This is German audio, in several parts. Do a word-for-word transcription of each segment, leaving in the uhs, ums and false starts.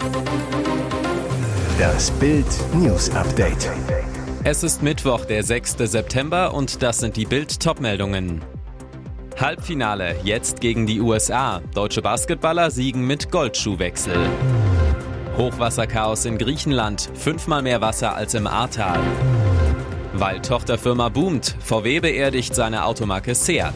Das Bild News Update. Es ist Mittwoch, der sechster September und das sind die Bild-Top-Meldungen. Halbfinale, jetzt gegen die U S A. Deutsche Basketballer siegen mit Goldschuhwechsel. Hochwasserchaos in Griechenland, fünfmal mehr Wasser als im Ahrtal. Weil Tochterfirma boomt, V W beerdigt seine Automarke Seat.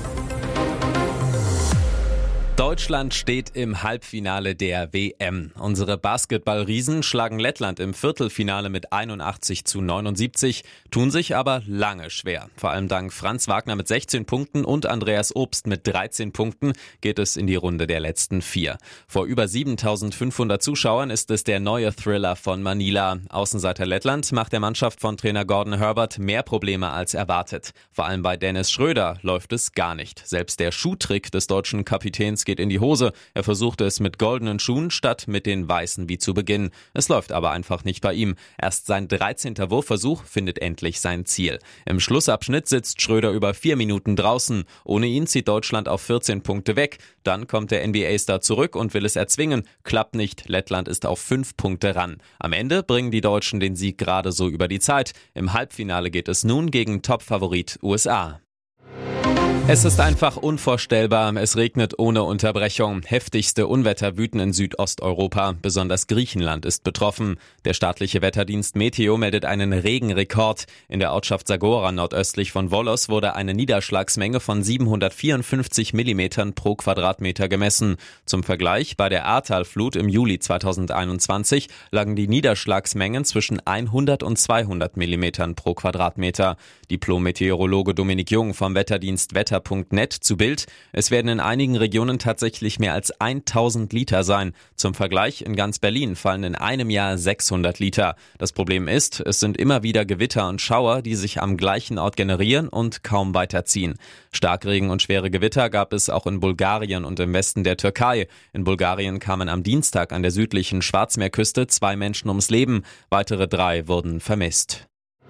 Deutschland steht im Halbfinale der W M. Unsere Basketballriesen schlagen Lettland im Viertelfinale mit einundachtzig zu neunundsiebzig, tun sich aber lange schwer. Vor allem dank Franz Wagner mit sechzehn Punkten und Andreas Obst mit dreizehn Punkten geht es in die Runde der letzten vier. Vor über siebentausendfünfhundert Zuschauern ist es der neue Thriller von Manila. Außenseiter Lettland macht der Mannschaft von Trainer Gordon Herbert mehr Probleme als erwartet. Vor allem bei Dennis Schröder läuft es gar nicht. Selbst der Schuhtrick des deutschen Kapitäns geht in die Hose. Er versuchte es mit goldenen Schuhen statt mit den weißen wie zu Beginn. Es läuft aber einfach nicht bei ihm. Erst sein dreizehnter Wurfversuch findet endlich sein Ziel. Im Schlussabschnitt sitzt Schröder über vier Minuten draußen. Ohne ihn zieht Deutschland auf vierzehn Punkte weg. Dann kommt der N B A-Star zurück und will es erzwingen. Klappt nicht. Lettland ist auf fünf Punkte ran. Am Ende bringen die Deutschen den Sieg gerade so über die Zeit. Im Halbfinale geht es nun gegen Topfavorit U S A. Es ist einfach unvorstellbar. Es regnet ohne Unterbrechung. Heftigste Unwetter wüten in Südosteuropa. Besonders Griechenland ist betroffen. Der staatliche Wetterdienst Meteo meldet einen Regenrekord. In der Ortschaft Zagora nordöstlich von Volos wurde eine Niederschlagsmenge von siebenhundertvierundfünfzig Millimetern pro Quadratmeter gemessen. Zum Vergleich, bei der Ahrtalflut im Juli zweitausendeinundzwanzig lagen die Niederschlagsmengen zwischen hundert und zweihundert Millimetern pro Quadratmeter. Diplom-Meteorologe Dominik Jung vom Wetterdienst Wetter Punkt net zu Bild. Es werden in einigen Regionen tatsächlich mehr als tausend Liter sein. Zum Vergleich, in ganz Berlin fallen in einem Jahr sechshundert Liter. Das Problem ist, es sind immer wieder Gewitter und Schauer, die sich am gleichen Ort generieren und kaum weiterziehen. Starkregen und schwere Gewitter gab es auch in Bulgarien und im Westen der Türkei. In Bulgarien kamen am Dienstag an der südlichen Schwarzmeerküste zwei Menschen ums Leben. Weitere drei wurden vermisst.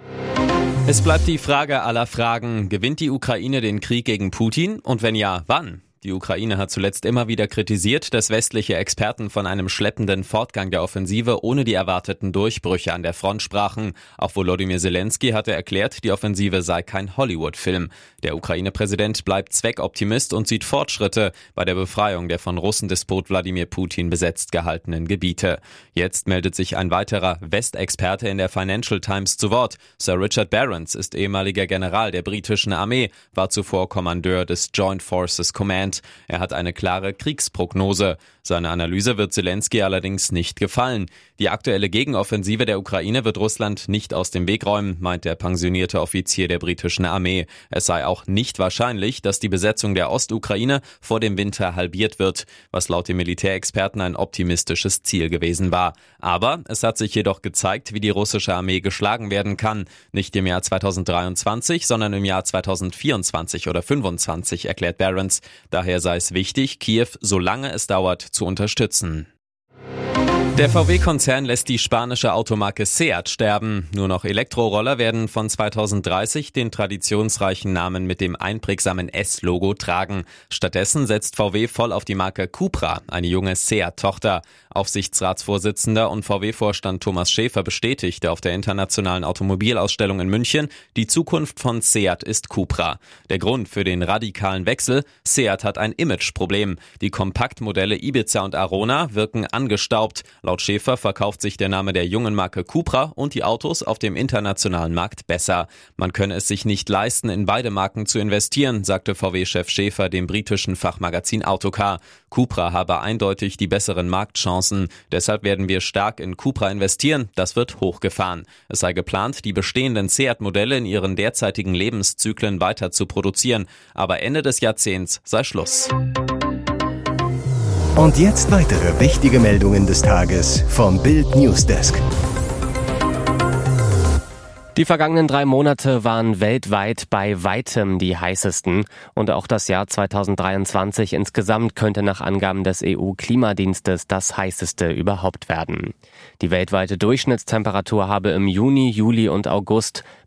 Es bleibt die Frage aller Fragen. Gewinnt die Ukraine den Krieg gegen Putin? Und wenn ja, wann? Die Ukraine hat zuletzt immer wieder kritisiert, dass westliche Experten von einem schleppenden Fortgang der Offensive ohne die erwarteten Durchbrüche an der Front sprachen. Auch Volodymyr Zelensky hatte erklärt, die Offensive sei kein Hollywood-Film. Der Ukraine-Präsident bleibt Zweckoptimist und sieht Fortschritte bei der Befreiung der von Russendespot Wladimir Putin besetzt gehaltenen Gebiete. Jetzt meldet sich ein weiterer Westexperte in der Financial Times zu Wort. Sir Richard Barrons ist ehemaliger General der britischen Armee, war zuvor Kommandeur des Joint Forces Command. Er hat eine klare Kriegsprognose. Seine Analyse wird Zelensky allerdings nicht gefallen. Die aktuelle Gegenoffensive der Ukraine wird Russland nicht aus dem Weg räumen, meint der pensionierte Offizier der britischen Armee. Es sei auch nicht wahrscheinlich, dass die Besetzung der Ostukraine vor dem Winter halbiert wird, was laut den Militärexperten ein optimistisches Ziel gewesen war. Aber es hat sich jedoch gezeigt, wie die russische Armee geschlagen werden kann. Nicht im Jahr zweitausenddreiundzwanzig, sondern im Jahr zweitausendvierundzwanzig oder fünfundzwanzig, erklärt Barrons. Daher sei es wichtig, Kiew, solange es dauert, zu unterstützen. Der V W-Konzern lässt die spanische Automarke Seat sterben. Nur noch Elektroroller werden von zweitausenddreißig den traditionsreichen Namen mit dem einprägsamen S-Logo tragen. Stattdessen setzt V W voll auf die Marke Cupra, eine junge Seat-Tochter. Aufsichtsratsvorsitzender und V W-Vorstand Thomas Schäfer bestätigte auf der internationalen Automobilausstellung in München, die Zukunft von Seat ist Cupra. Der Grund für den radikalen Wechsel: Seat hat ein Imageproblem. Die Kompaktmodelle Ibiza und Arona wirken angestaubt. Laut Schäfer verkauft sich der Name der jungen Marke Cupra und die Autos auf dem internationalen Markt besser. Man könne es sich nicht leisten, in beide Marken zu investieren, sagte V W-Chef Schäfer dem britischen Fachmagazin Autocar. Cupra habe eindeutig die besseren Marktchancen. Deshalb werden wir stark in Cupra investieren. Das wird hochgefahren. Es sei geplant, die bestehenden Seat-Modelle in ihren derzeitigen Lebenszyklen weiter zu produzieren. Aber Ende des Jahrzehnts sei Schluss. Und jetzt weitere wichtige Meldungen des Tages vom Bild Newsdesk. Die vergangenen drei Monate waren weltweit bei weitem die heißesten. Und auch das Jahr zweitausenddreiundzwanzig insgesamt könnte nach Angaben des E U-Klimadienstes das heißeste überhaupt werden. Die weltweite Durchschnittstemperatur habe im Juni, Juli und August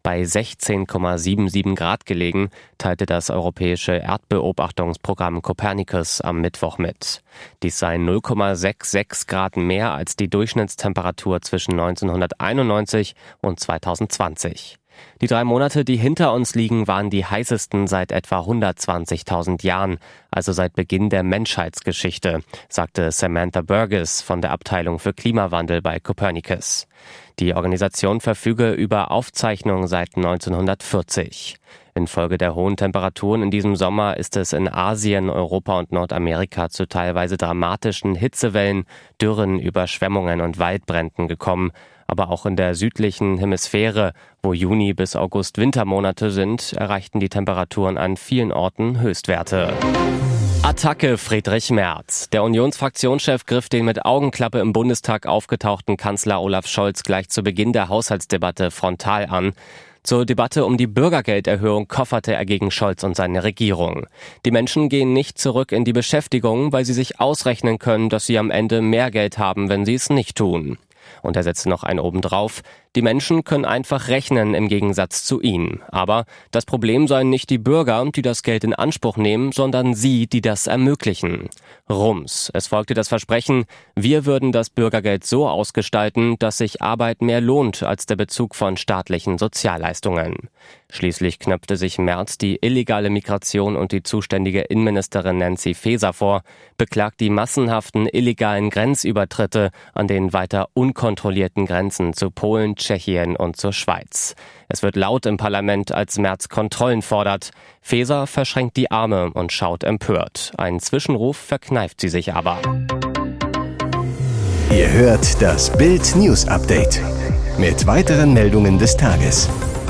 bei sechzehn Komma siebenundsiebzig Grad gelegen, teilte das europäische Erdbeobachtungsprogramm Copernicus am Mittwoch mit. Dies seien null Komma sechsundsechzig Grad mehr als die Durchschnittstemperatur zwischen neunzehnhunderteinundneunzig und zweitausendzwanzig. Die drei Monate, die hinter uns liegen, waren die heißesten seit etwa hundertzwanzigtausend Jahren, also seit Beginn der Menschheitsgeschichte, sagte Samantha Burgess von der Abteilung für Klimawandel bei Copernicus. Die Organisation verfüge über Aufzeichnungen seit neunzehnhundertvierzig. Infolge der hohen Temperaturen in diesem Sommer ist es in Asien, Europa und Nordamerika zu teilweise dramatischen Hitzewellen, Dürren, Überschwemmungen und Waldbränden gekommen. Aber auch in der südlichen Hemisphäre, wo Juni bis August Wintermonate sind, erreichten die Temperaturen an vielen Orten Höchstwerte. Attacke Friedrich Merz. Der Unionsfraktionschef griff den mit Augenklappe im Bundestag aufgetauchten Kanzler Olaf Scholz gleich zu Beginn der Haushaltsdebatte frontal an. Zur Debatte um die Bürgergelderhöhung kofferte er gegen Scholz und seine Regierung. Die Menschen gehen nicht zurück in die Beschäftigung, weil sie sich ausrechnen können, dass sie am Ende mehr Geld haben, wenn sie es nicht tun. Und er setzte noch einen obendrauf. Die Menschen können einfach rechnen im Gegensatz zu ihnen. Aber das Problem seien nicht die Bürger, die das Geld in Anspruch nehmen, sondern sie, die das ermöglichen. Rums. Es folgte das Versprechen, wir würden das Bürgergeld so ausgestalten, dass sich Arbeit mehr lohnt als der Bezug von staatlichen Sozialleistungen. Schließlich knöpfte sich Merz die illegale Migration und die zuständige Innenministerin Nancy Faeser vor, beklagt die massenhaften illegalen Grenzübertritte an den weiter unkontrollierten Grenzen zu Polen, Tschechien und zur Schweiz. Es wird laut im Parlament, als Merz Kontrollen fordert. Faeser verschränkt die Arme und schaut empört. Einen Zwischenruf verkneift sie sich aber. Ihr hört das Bild News Update mit weiteren Meldungen des Tages.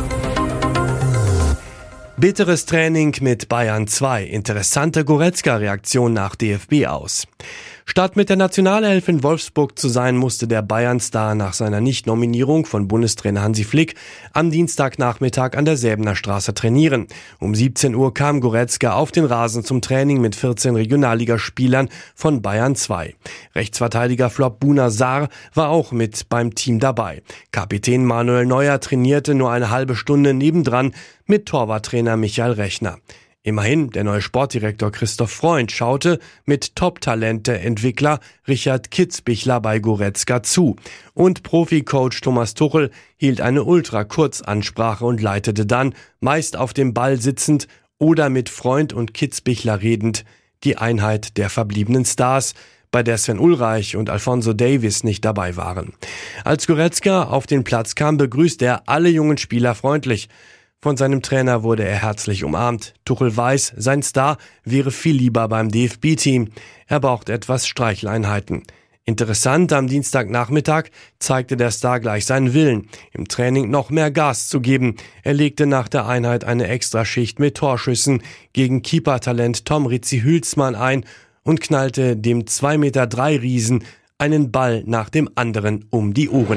Bitteres Training mit Bayern zwei. Interessante Goretzka-Reaktion nach D F B aus. Statt mit der Nationalelf in Wolfsburg zu sein, musste der Bayern-Star nach seiner Nicht-Nominierung von Bundestrainer Hansi Flick am Dienstagnachmittag an der Säbener Straße trainieren. Um siebzehn Uhr kam Goretzka auf den Rasen zum Training mit vierzehn Regionalligaspielern von Bayern zwei. Rechtsverteidiger Flop Buna Sarr war auch mit beim Team dabei. Kapitän Manuel Neuer trainierte nur eine halbe Stunde nebendran mit Torwarttrainer Michael Rechner. Immerhin, der neue Sportdirektor Christoph Freund schaute mit Top-Talent der Entwickler Richard Kitzbichler bei Goretzka zu. Und Profi-Coach Thomas Tuchel hielt eine Ultra-Kurzansprache und leitete dann, meist auf dem Ball sitzend oder mit Freund und Kitzbichler redend, die Einheit der verbliebenen Stars, bei der Sven Ulreich und Alphonso Davies nicht dabei waren. Als Goretzka auf den Platz kam, begrüßte er alle jungen Spieler freundlich. Von seinem Trainer wurde er herzlich umarmt. Tuchel weiß, sein Star wäre viel lieber beim D F B-Team. Er braucht etwas Streicheleinheiten. Interessant, am Dienstagnachmittag zeigte der Star gleich seinen Willen, im Training noch mehr Gas zu geben. Er legte nach der Einheit eine Extraschicht mit Torschüssen gegen Keeper-Talent Tom Ritzi-Hülsmann ein und knallte dem zwei Meter drei Riesen einen Ball nach dem anderen um die Ohren.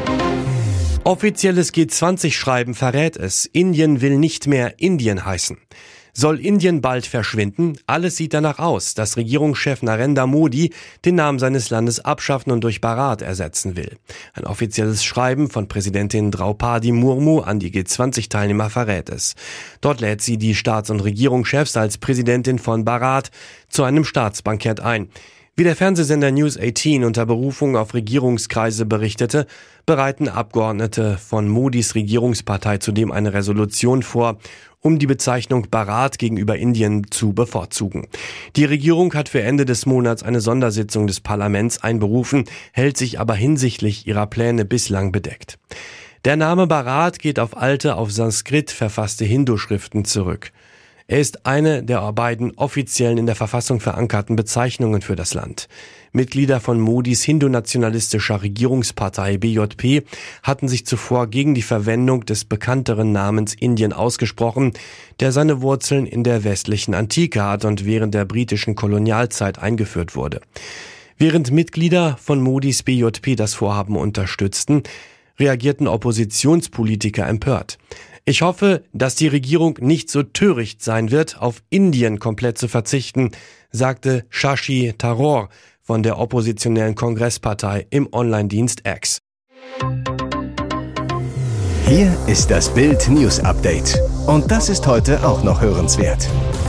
Offizielles G zwanzig Schreiben verrät es. Indien will nicht mehr Indien heißen. Soll Indien bald verschwinden? Alles sieht danach aus, dass Regierungschef Narendra Modi den Namen seines Landes abschaffen und durch Bharat ersetzen will. Ein offizielles Schreiben von Präsidentin Draupadi Murmu an die G zwanzig Teilnehmer verrät es. Dort lädt sie die Staats- und Regierungschefs als Präsidentin von Bharat zu einem Staatsbankett ein. Wie der Fernsehsender News achtzehn unter Berufung auf Regierungskreise berichtete, bereiten Abgeordnete von Modis Regierungspartei zudem eine Resolution vor, um die Bezeichnung Bharat gegenüber Indien zu bevorzugen. Die Regierung hat für Ende des Monats eine Sondersitzung des Parlaments einberufen, hält sich aber hinsichtlich ihrer Pläne bislang bedeckt. Der Name Bharat geht auf alte, auf Sanskrit verfasste Hindu-Schriften zurück. Er ist eine der beiden offiziellen in der Verfassung verankerten Bezeichnungen für das Land. Mitglieder von Modis hindu-nationalistischer Regierungspartei B J P hatten sich zuvor gegen die Verwendung des bekannteren Namens Indien ausgesprochen, der seine Wurzeln in der westlichen Antike hat und während der britischen Kolonialzeit eingeführt wurde. Während Mitglieder von Modis B J P das Vorhaben unterstützten, reagierten Oppositionspolitiker empört. Ich hoffe, dass die Regierung nicht so töricht sein wird, auf Indien komplett zu verzichten, sagte Shashi Tharoor von der oppositionellen Kongresspartei im Online-Dienst X. Hier ist das Bild News Update. Und das ist heute auch noch hörenswert.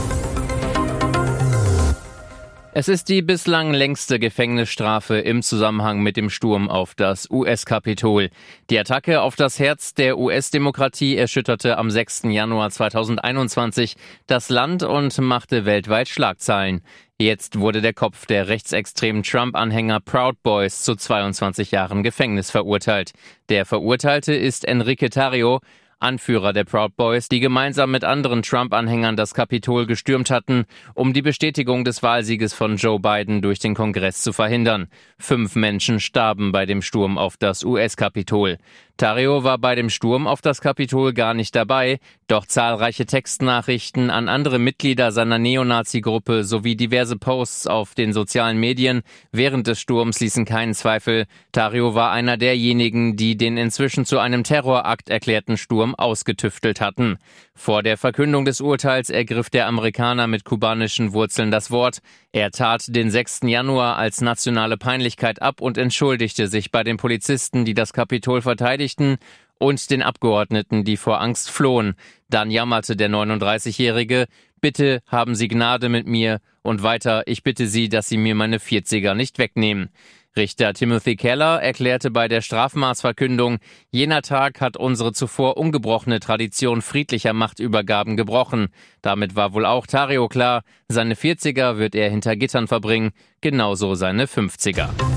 Es ist die bislang längste Gefängnisstrafe im Zusammenhang mit dem Sturm auf das U S-Kapitol. Die Attacke auf das Herz der U S-Demokratie erschütterte am sechsten Januar zweitausendeinundzwanzig das Land und machte weltweit Schlagzeilen. Jetzt wurde der Kopf der rechtsextremen Trump-Anhänger Proud Boys zu zweiundzwanzig Jahren Gefängnis verurteilt. Der Verurteilte ist Enrique Tarrio, Anführer der Proud Boys, die gemeinsam mit anderen Trump-Anhängern das Kapitol gestürmt hatten, um die Bestätigung des Wahlsieges von Joe Biden durch den Kongress zu verhindern. Fünf Menschen starben bei dem Sturm auf das U S-Kapitol. Tarrio war bei dem Sturm auf das Kapitol gar nicht dabei, doch zahlreiche Textnachrichten an andere Mitglieder seiner Neonazi-Gruppe sowie diverse Posts auf den sozialen Medien während des Sturms ließen keinen Zweifel. Tarrio war einer derjenigen, die den inzwischen zu einem Terrorakt erklärten Sturm ausgetüftelt hatten. Vor der Verkündung des Urteils ergriff der Amerikaner mit kubanischen Wurzeln das Wort. Er tat den sechsten Januar als nationale Peinlichkeit ab und entschuldigte sich bei den Polizisten, die das Kapitol verteidigten, und den Abgeordneten, die vor Angst flohen. Dann jammerte der neununddreißigjährige, bitte haben Sie Gnade mit mir, und weiter, ich bitte Sie, dass Sie mir meine vierziger nicht wegnehmen. Richter Timothy Keller erklärte bei der Strafmaßverkündung, jener Tag hat unsere zuvor ungebrochene Tradition friedlicher Machtübergaben gebrochen. Damit war wohl auch Tarrio klar, seine vierziger wird er hinter Gittern verbringen, genauso seine fünfziger.